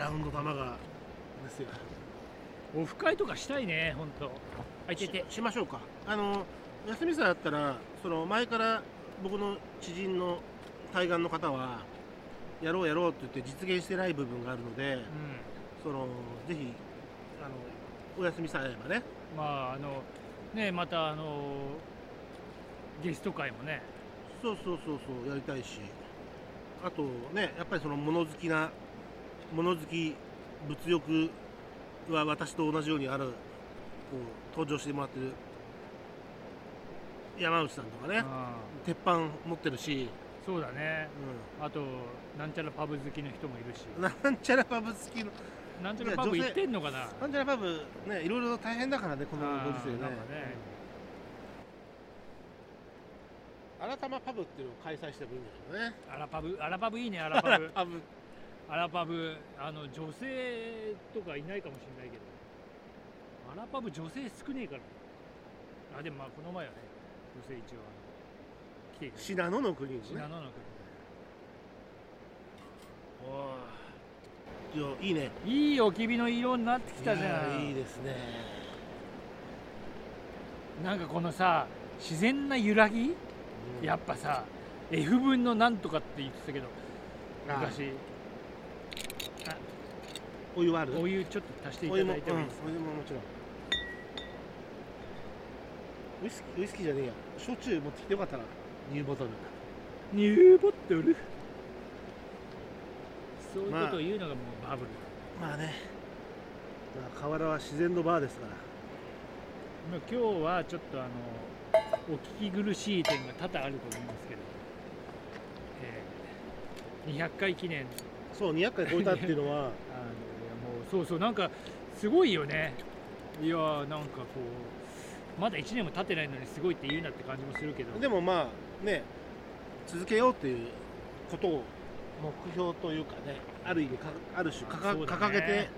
ラウンド玉川ですよ。 オフ会とかしたいね、ほんと。あ、いてて。 しましょうか。休みさえあったら、その前から僕の知人の対岸の方はやろうやろうって言って実現してない部分があるので、そのぜひお休みさえあればね。 まあね、またゲスト会もね。 そうやりたいし、あとね、やっぱりその物好き、物欲は私と同じようにある、こう登場してもらってる山内さんとかね、鉄板持ってるし。 そうだね、あとなんちゃらパブ好きの人もいるし。 なんちゃらパブ好きの、 なんちゃらパブ行ってんのかな。 なんちゃらパブね、いろいろ大変だからね、このご時世ね。アラタマパブっていうのを開催してもいいんだけどね。 アラパブいいね。アラパブアラパブ、女性とかいないかもしれないけど、アラパブ女性少ねえから。でもまあこの前はね、女性一応来ていた。 信濃の国ですね。 信濃の国。 おお、いいね。 いいおきびの色になってきたじゃん。 いいですね。 なんかこのさ、自然な揺らぎ、やっぱさ F 分のなんとかって言ってたけど、昔。 お湯はある？ お湯ちょっと足していただいてもいいですか？ お湯ももちろん。ウイスキーじゃねえや、焼酎持ってきてよかったな。ニューボトル。 そういうことを言うのがもうバブル。 まあね、河原は自然のバーですから。 今日はちょっとお聞き苦しい点が多々あると思いますけど、200回記念。 そう、200回超えたっていうのはもうなんかすごいよね。いやなんかこうまだ1年も経ってないのにすごいって言うなって感じもするけど、 でもまあね、続けようっていうことを目標というかね、ある意味ある種掲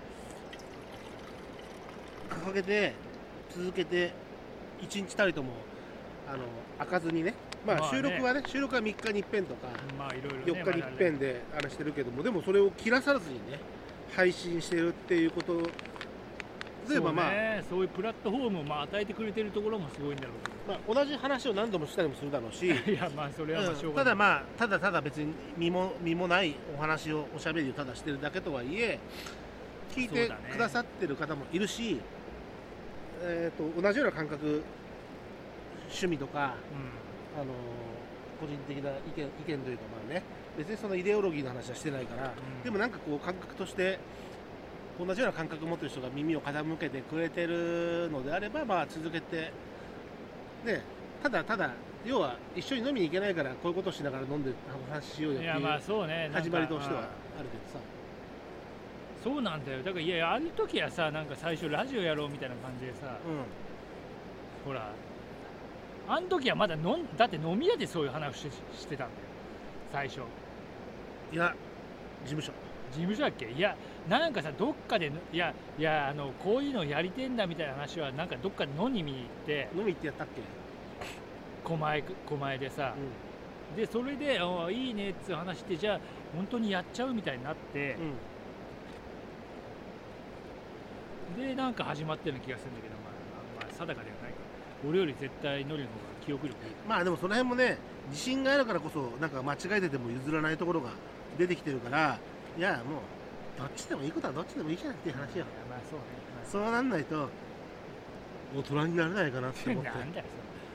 げて続けて、一日たりとも開かずにね、まあ収録は3日に一遍とか、4日に一遍でしてるけども、でもそれを切らさずにね配信してるっていうこと。例えばそういうプラットフォームを与えてくれてるところもすごいんだろうけど、同じ話を何度もしたりもするだろうし、 いやまあそれはしょうがない。 ただ別に身もないお話を、おしゃべりをただしてるだけとはいえ、聞いてくださってる方もいるし、同じような感覚、趣味とか、個人的な意見というか、まあね、別にそのイデオロギーの話はしてないから、でもなんかこう感覚として同じような感覚を持ってる人が耳を傾けてくれてるのであれば、まあ続けてね、ただ要は一緒に飲みに行けないからこういうことをしながら飲んで話しようよっていう始まりとしてはあるけどさ。 そうなんだよ。だからあの時はさ、なんか最初ラジオやろうみたいな感じでさ、ほらあの時はまだだって飲み屋でそういう話してたんだよ最初。 いや事務所だっけ。いやなんかさ、どっかでこういうのやりてんだみたいな話はなんかどっかで飲みに行ってやったっけ、 狛江でさ、でそれでいいねっていう話で、じゃあ本当にやっちゃうみたいになって、でなんか始まってる気がするんだけど、まあ定かではないから、俺より絶対ノリの方が記憶力いい。 まあでもその辺もね、自信があるからこそなんか間違えてても譲らないところが出てきてるから、いやもうどっちでもいいことはどっちでもいいじゃんっていう話よ。 まあそうね、 そうなんないと大人になれないかなって思って。 なんだよ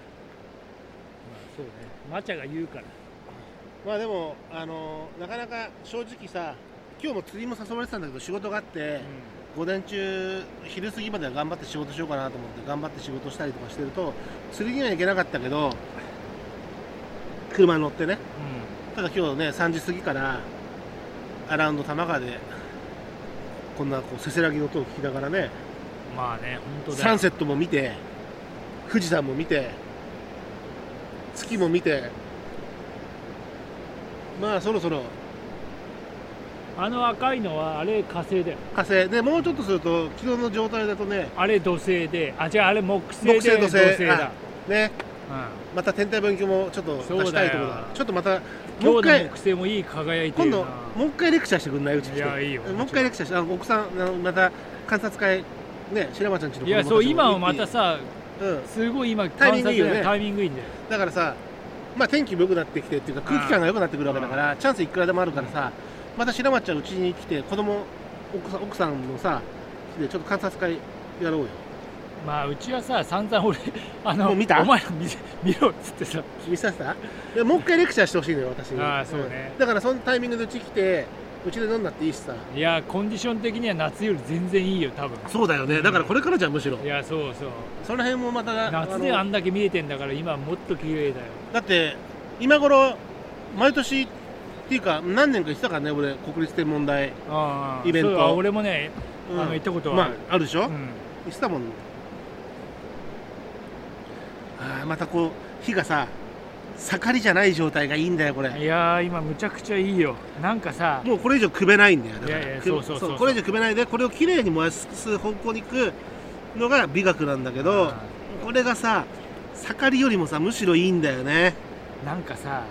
それ。まあそうね、マチャが言うから。 まあでもなかなか正直さ、今日も釣りも誘われてたんだけど仕事があって、午前中昼過ぎまでは頑張って仕事しようかなと思って頑張って仕事したりとかしてると、釣りには行けなかったけど車に乗ってね、ただ今日ね3時過ぎからアラウンド多摩川でこんなこうせせらぎの音を聞きながらね、 まあね、本当だよ。 サンセットも見て、富士山も見て、月も見て、まあそろそろ赤いのはあれ火星だよ。 火星で、もうちょっとすると昨日の状態だとね、 あれ土星で、じゃああれ木星で土星だね。 また天体望遠鏡もちょっと出したいところだ。ちょっとまたもう一回木星もいい輝いてるな。 今度もう一回レクチャーしてくんない？うち来て。 いやいいよ。 もう一回レクチャーして、奥さんまた観察会ね、白松ちゃんちの子供たちも。 いやそう今はまたさ、すごい今タイミングいいよね。 タイミングいいんだよ。 だからさ、まあ天気も良くなってきてっていうか空気感が良くなってくるわけだからチャンスいくらでもあるからさ、また白松ちゃんうちに来て奥さんのさでちょっと観察会やろうよ。 まあうちはさ散々俺もう見た？ お前ら見ろっつってさ見させた？もう一回レクチャーしてほしいのよ私に。 ああそうね。 だからそのタイミングでうち来てうちで飲んだっていいしさ。 いやコンディション的には夏より全然いいよ多分。 そうだよね。だからこれからじゃんむしろ。 いやそうそう。 その辺もまた夏であんだけ見えてんだから今はもっと綺麗だよ。 だって今頃毎年っていうか何年か言ってたからね俺国立天文台イベント。 俺もね行ったことはあるでしょ。言ってたもん。またこう火がさ盛りじゃない状態がいいんだよこれ。 いや今むちゃくちゃいいよ。なんかさもうこれ以上くべないんだよ。だからそうこれ以上くべないでこれをきれいに燃やす方向に行くのが美学なんだけど、これがさ盛りよりもさむしろいいんだよね。 なんかさ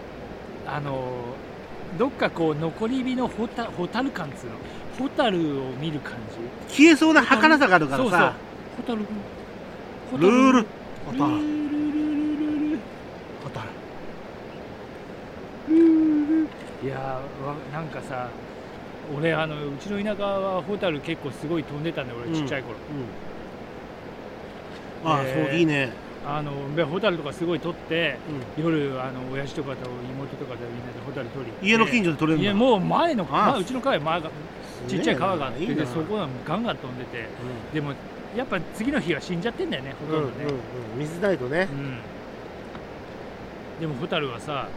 どっかこう残り火のホタル感つうのホタルを見る感じ。 消えそうな儚さがあるからさ。 ホタルルールホタルいやなんかさ俺うちの田舎はホタル結構すごい飛んでたんだよ俺ちっちゃい頃。 そういいね。 ホタルとかすごい取って、夜親父とかと妹とかでみんなでホタル取り家の近所で取れるんだ。 いやもう前のうちの川がちっちゃい川があってでそこがガンガン飛んでて、でもやっぱ次の日は死んじゃってんだよねほとんどね。 水ないとね。 でもホタルはさ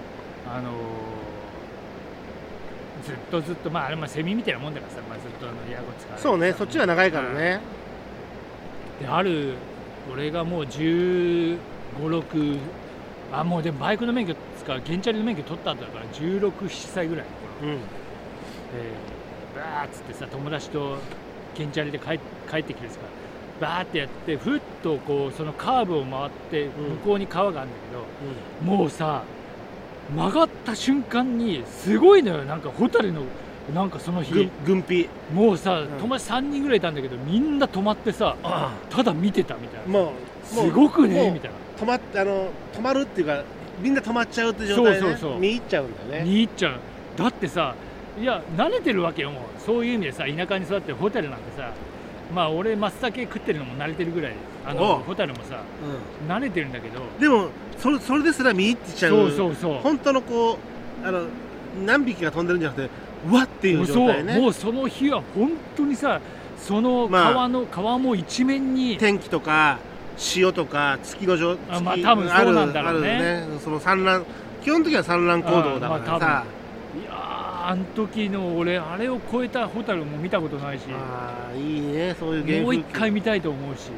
ずっとまああれもセミみたいなもんだからさ、ずっとヤゴ使う。 そうね、そっちは長いからね。 で俺がもう15、16もうでもバイクの免許使う原チャリの免許取った後だから16、17歳ぐらいの頃、バーッつってさ友達と原チャリで帰ってきてさバーってやってふっとこうそのカーブを回って向こうに川があるんだけど、もうさ曲がった瞬間にすごいのよ。なんかホタルのなんかその日軍備もうさ友達3人ぐらいいたんだけどみんな止まってさただ見てたみたいな。もうすごくねみたいな。 止まるっていうかみんな止まっちゃうって状態で見入っちゃうんだよね。 見入っちゃう。だってさいや慣れてるわけよ。もうそういう意味でさ田舎に育ってホタルなんてさまあ俺松茸食ってるのも慣れてるぐらいホタルもさ慣れてるんだけど、 でもそれですら見入ってちゃう。 そう本当のこう何匹が飛んでるんじゃなくてうわっていう状態ね。 もうその日は本当にさその川も一面に天気とか潮とか月の状態多分そうなんだろうね。 その産卵基本的には産卵行動だからさ。 いやあの時の俺あれを超えたホタルも見たことないし、 いいねそういうもう一回見たいと思うし。いや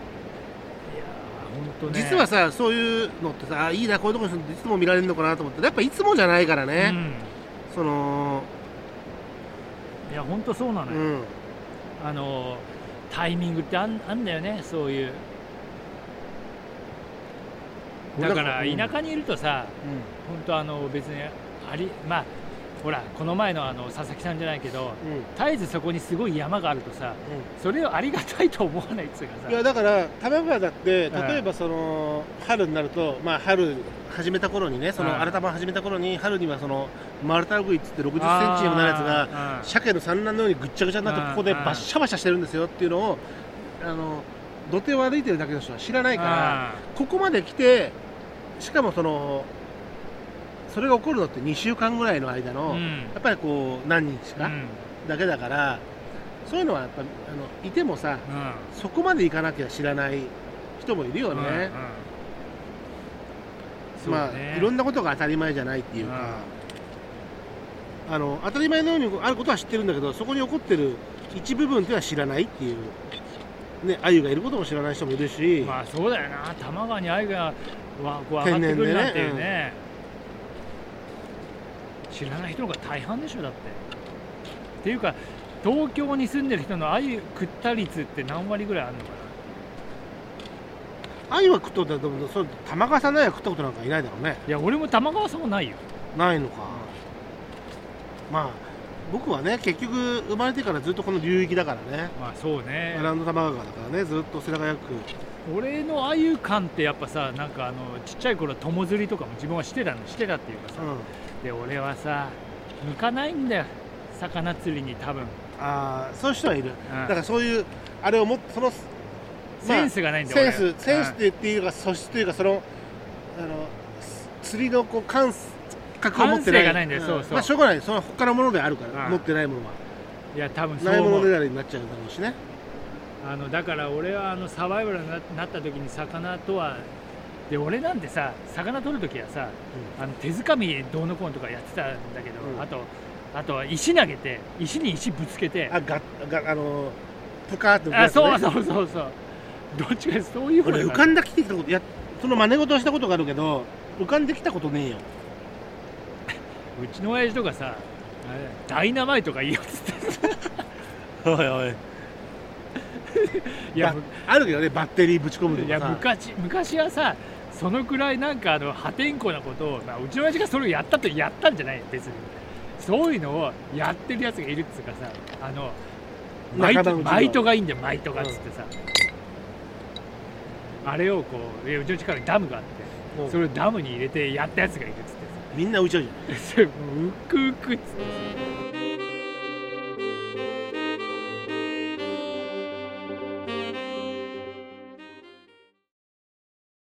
本当ね。 実はさそういうのってさいいなこういうところにいつも見られるのかなと思ってやっぱいつもじゃないからね。 いや本当そうなのよ。タイミングってあんだよねそういう。だから田舎にいるとさ、本当別にまあほらこの前の佐々木さんじゃないけど、絶えずそこにすごい山があるとさ、それをありがたいと思わないっつうかさ。 いやだから玉川だって例えばその春になるとまあ春始めた頃にねその新玉始めた頃に春にはそのマルタウグイっつって60センチにもなるやつが鮭の産卵のようにぐっちゃぐちゃになってここでバッシャバシャしてるんですよっていうのを土手を歩いてるだけの人は知らないからここまで来てしかもそれが起こるのって2週間ぐらいの間の、やっぱりこう何日かだけだから、そういうのはやっぱいてもさ、そこまでいかなきゃ知らない人もいるよね。まあいろんなことが当たり前じゃないっていうか、当たり前のようにあることは知ってるんだけどそこに起こってる一部分っていうのは知らないっていうね。鮎がいることも知らない人もいるし。 まあそうだよな。多摩川に鮎が上がってくるなんていうね。知らない人が大半でしょだって。っていうか東京に住んでる人の鮎食った率って何割ぐらいあるのか鮎は食ったことでもそれ玉川さんの鮎は食ったことなんかいないだろうね。 いや俺も玉川さんもないよ。 ないのか。まあ僕はね結局生まれてからずっとこの流域だからね。 まあそうね。 アラウンド玉川だからね、ずっと世田谷区。 俺の鮎感ってやっぱさ、なんかちっちゃい頃友釣りとかも自分はしてたっていうかさ、で俺はさ向かないんだよ魚釣りに多分。 ああそういう人はいる。だからそういうあれをもそのセンスがないんだよ。 センスって言っていうか素質というかその釣りのこう感覚を持ってない。 感性がないんだよ。そうそう。 まあしょうがない。その他のものであるから持ってないものは。 いや多分そうないものねだりになっちゃうだろうしね。 だから俺はサバイバルになった時に魚とはで俺なんてさ魚取る時はさ、手づかみどうのこうのとかやってたんだけど、あとは石投げて石に石ぶつけてプカーって浮くやつね。そうどっちかそういう俺浮かんできてきたことその真似事をしたことがあるけど浮かんできたことねえよ。 うちの親父とかさダイナマイトがいいよっつっておいおいいやあるけどね、バッテリーぶち込むとかさ。 いや昔はさそのくらいなんか破天荒なことを、うちの親父がそれをやったんじゃないよ別に。そういうのをやってるやつがいるっつうかさマイトがいいんだよマイトがっつってさ、あれをこううちの近くにダムがあってそれをダムに入れてやったやつがいるっつってさみんな浮いちゃうじゃんうくうくっつってさ